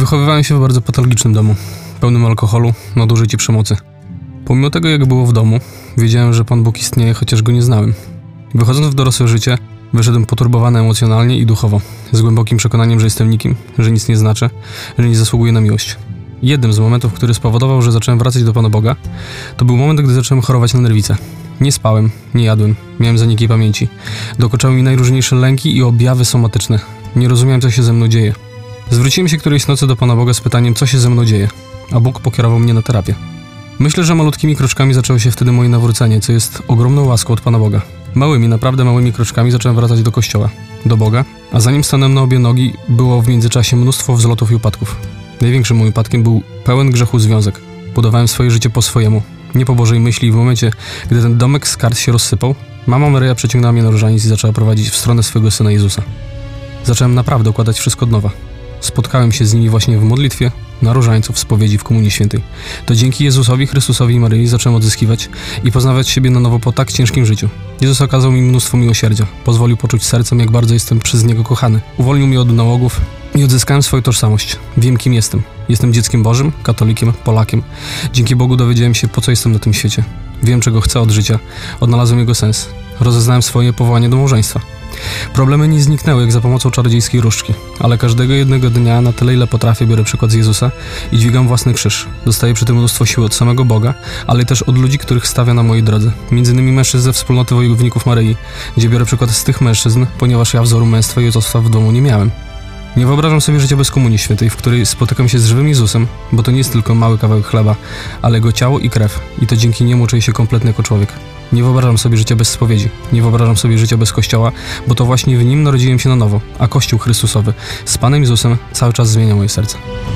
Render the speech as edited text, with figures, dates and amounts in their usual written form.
Wychowywałem się w bardzo patologicznym domu, pełnym alkoholu, nadużyć i przemocy. Pomimo tego, jak było w domu, wiedziałem, że Pan Bóg istnieje, chociaż Go nie znałem. Wychodząc w dorosłe życie, wyszedłem poturbowany emocjonalnie i duchowo, z głębokim przekonaniem, że jestem nikim, że nic nie znaczę, że nie zasługuję na miłość. Jednym z momentów, który spowodował, że zacząłem wracać do Pana Boga, to był moment, gdy zacząłem chorować na nerwice. Nie spałem, nie jadłem, miałem zaniki pamięci. Dokuczały mi najróżniejsze lęki i objawy somatyczne. Nie rozumiałem, co się ze mną dzieje. Zwróciłem się którejś nocy do Pana Boga z pytaniem, co się ze mną dzieje, a Bóg pokierował mnie na terapię. Myślę, że malutkimi kroczkami zaczęło się wtedy moje nawrócenie, co jest ogromną łaską od Pana Boga. Małymi, naprawdę małymi kroczkami zacząłem wracać do Kościoła, do Boga, a zanim stanąłem na obie nogi, było w międzyczasie mnóstwo wzlotów i upadków. Największym moim upadkiem był pełen grzechu związek. Budowałem swoje życie po swojemu, nie po Bożej myśli, i w momencie, gdy ten domek z kart się rozsypał, mama Maryja przeciągnęła mnie na różaniec i zaczęła prowadzić w stronę swojego Syna Jezusa. Zacząłem naprawdę układać wszystko od nowa. Spotkałem się z nimi właśnie w modlitwie, na różańcu, w spowiedzi, w Komunii Świętej. To dzięki Jezusowi, Chrystusowi i Maryi zacząłem odzyskiwać i poznawać siebie na nowo po tak ciężkim życiu. Jezus okazał mi mnóstwo miłosierdzia, pozwolił poczuć sercem, jak bardzo jestem przez Niego kochany. Uwolnił mnie od nałogów i odzyskałem swoją tożsamość. Wiem, kim jestem. Jestem dzieckiem Bożym, katolikiem, Polakiem. Dzięki Bogu dowiedziałem się, po co jestem na tym świecie. Wiem, czego chcę od życia. Odnalazłem jego sens. Rozeznałem swoje powołanie do małżeństwa. Problemy nie zniknęły jak za pomocą czarodziejskiej różdżki, ale każdego jednego dnia, na tyle ile potrafię, biorę przykład z Jezusa i dźwigam własny krzyż. Dostaję przy tym mnóstwo siły od samego Boga, ale też od ludzi, których stawia na mojej drodze. Między innymi mężczyzn ze wspólnoty wojowników Maryi, gdzie biorę przykład z tych mężczyzn, ponieważ ja wzoru męstwa i ojcostwa w domu nie miałem. Nie wyobrażam sobie życia bez Komunii Świętej, w której spotykam się z żywym Jezusem, bo to nie jest tylko mały kawałek chleba, ale Jego ciało i krew i to dzięki Niemu czuję się kompletny jako człowiek. Nie wyobrażam sobie życia bez spowiedzi, nie wyobrażam sobie życia bez Kościoła, bo to właśnie w Nim narodziłem się na nowo, a Kościół Chrystusowy z Panem Jezusem cały czas zmienia moje serce.